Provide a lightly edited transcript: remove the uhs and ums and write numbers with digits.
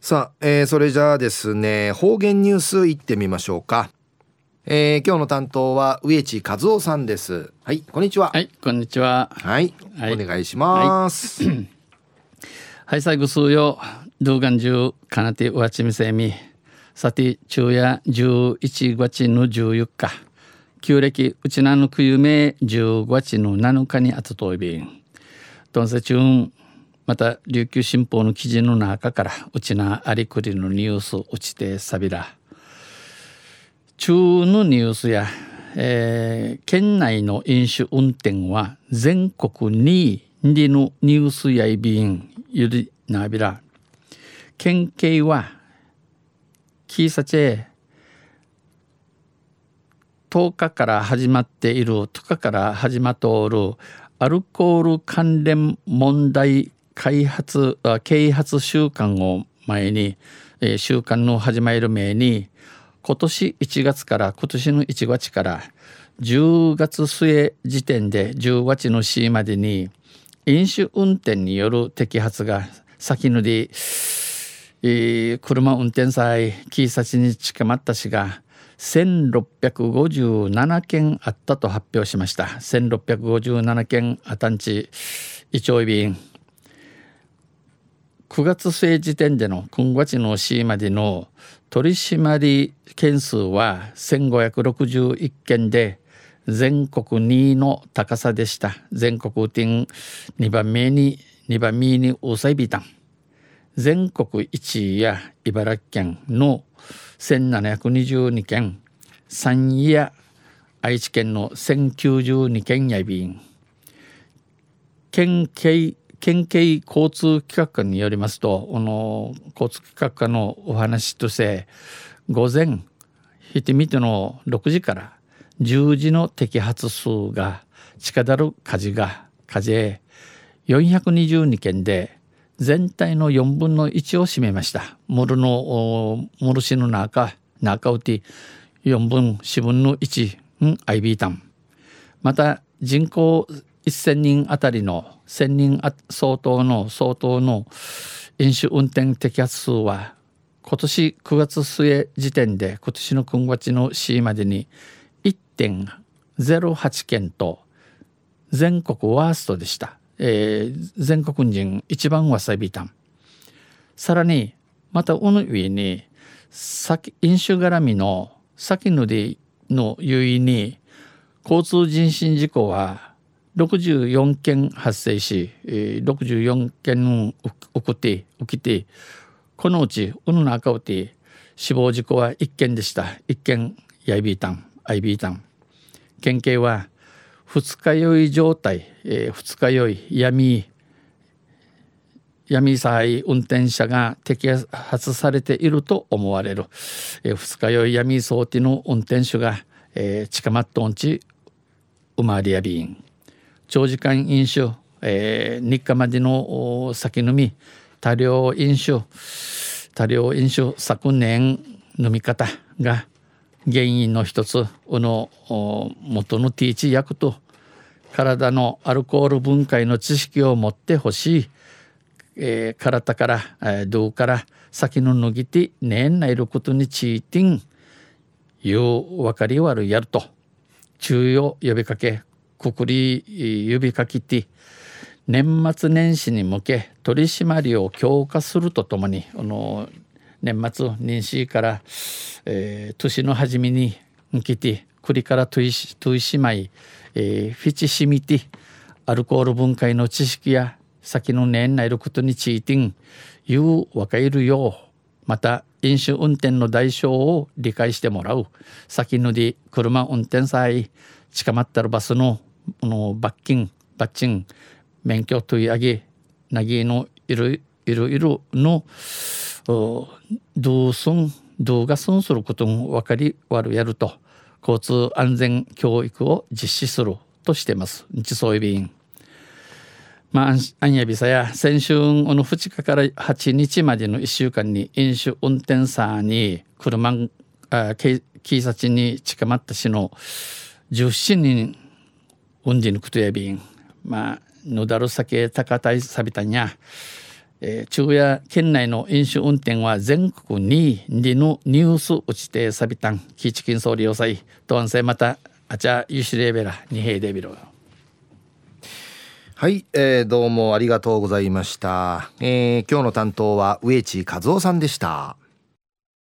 さあ、それじゃあですね、方言ニュースいってみましょうか。今日の担当は植地和夫さんです。はい、こんにちは。 はい、こんにちは。 はい、 はい、 お願いします。 はい、最後数曜動画中かなてわちみせみさて昼夜11月の14日旧暦うちなのくゆめ15月の7日にあたといびんとんせちゅんまた琉球新報の記事の中からうちなありくりのニュースうちてさびら中のニュースや、県内の飲酒運転は全国2位でのニュースやいびんゆりなびら県警はキーサチェ10日から始まっている10日から始まっておるアルコール関連問題啓発週間を前に、週間の始まる前に今年の1月から10月末時点で10月の末までに飲酒運転による摘発が先ので、車運転際警察に捕まったしが1657件あったと発表しました。1657件あたんち一丁便9月末時点での9月の末までの取締り件数は1561件で全国2位の高さでした。全国点2番目に大サイビタン全国1位や茨城県の1722件3位や愛知県の1092件やびん県警交通企画課によりますと交通企画課のお話として午前ひてみての6時から10時の摘発数が近だる火事422件で全体の4分の1を占めました。モルシの中うて4分4分の1アイビータンまた人口1000人あたりの1000人相当の飲酒運転摘発数は今年9月末時点で今年の9月の末までに 1.08 件と全国ワーストでした。全国人一番はサビタンさらにまたおの上に飲酒絡みの先のでの優位に交通人身事故は64件発生し、64件起きてこのうちの中うて死亡事故は1件でした。1件アイビータン県警は二日酔い状態、二日酔い闇さ運転者が摘発されていると思われる、二日酔い闇相手の運転手が、近まっとんちうまりやびん長時間飲酒、日課までの酒飲み多量飲酒昨年飲み方が原因の一つの元のティーチ薬と体のアルコール分解の知識を持ってほしい、体から、胴から先の脱ぎて年内ることについていう分かり悪いやると注意を呼びかけくくり呼びかけて年末年始に向け取り締まりを強化するとともに年末年始から、年の初めに向けて栗からといしまい、フィチシミティアルコール分解の知識や先の年内ることについていうわかるようまた飲酒運転の代償を理解してもらう先ので車運転際近まったるバスの罰金免許取り上げなぎのいろのどうが損することも分かり悪やると交通安全教育を実施するとしてます。そういう便アンヤビサや先週の2日から8日までの1週間に飲酒運転者に警察に捕まったしの17人運じぬくとやびんのだるさけ高たいさびたんや昼夜県内の飲酒運転は全国2位でのニュース打ちてサビタンキーチキン総理要塞とんせまたあちゃゆしレベラ二平デビロ。 はい、どうもありがとうございました。今日の担当は植地和夫さんでした。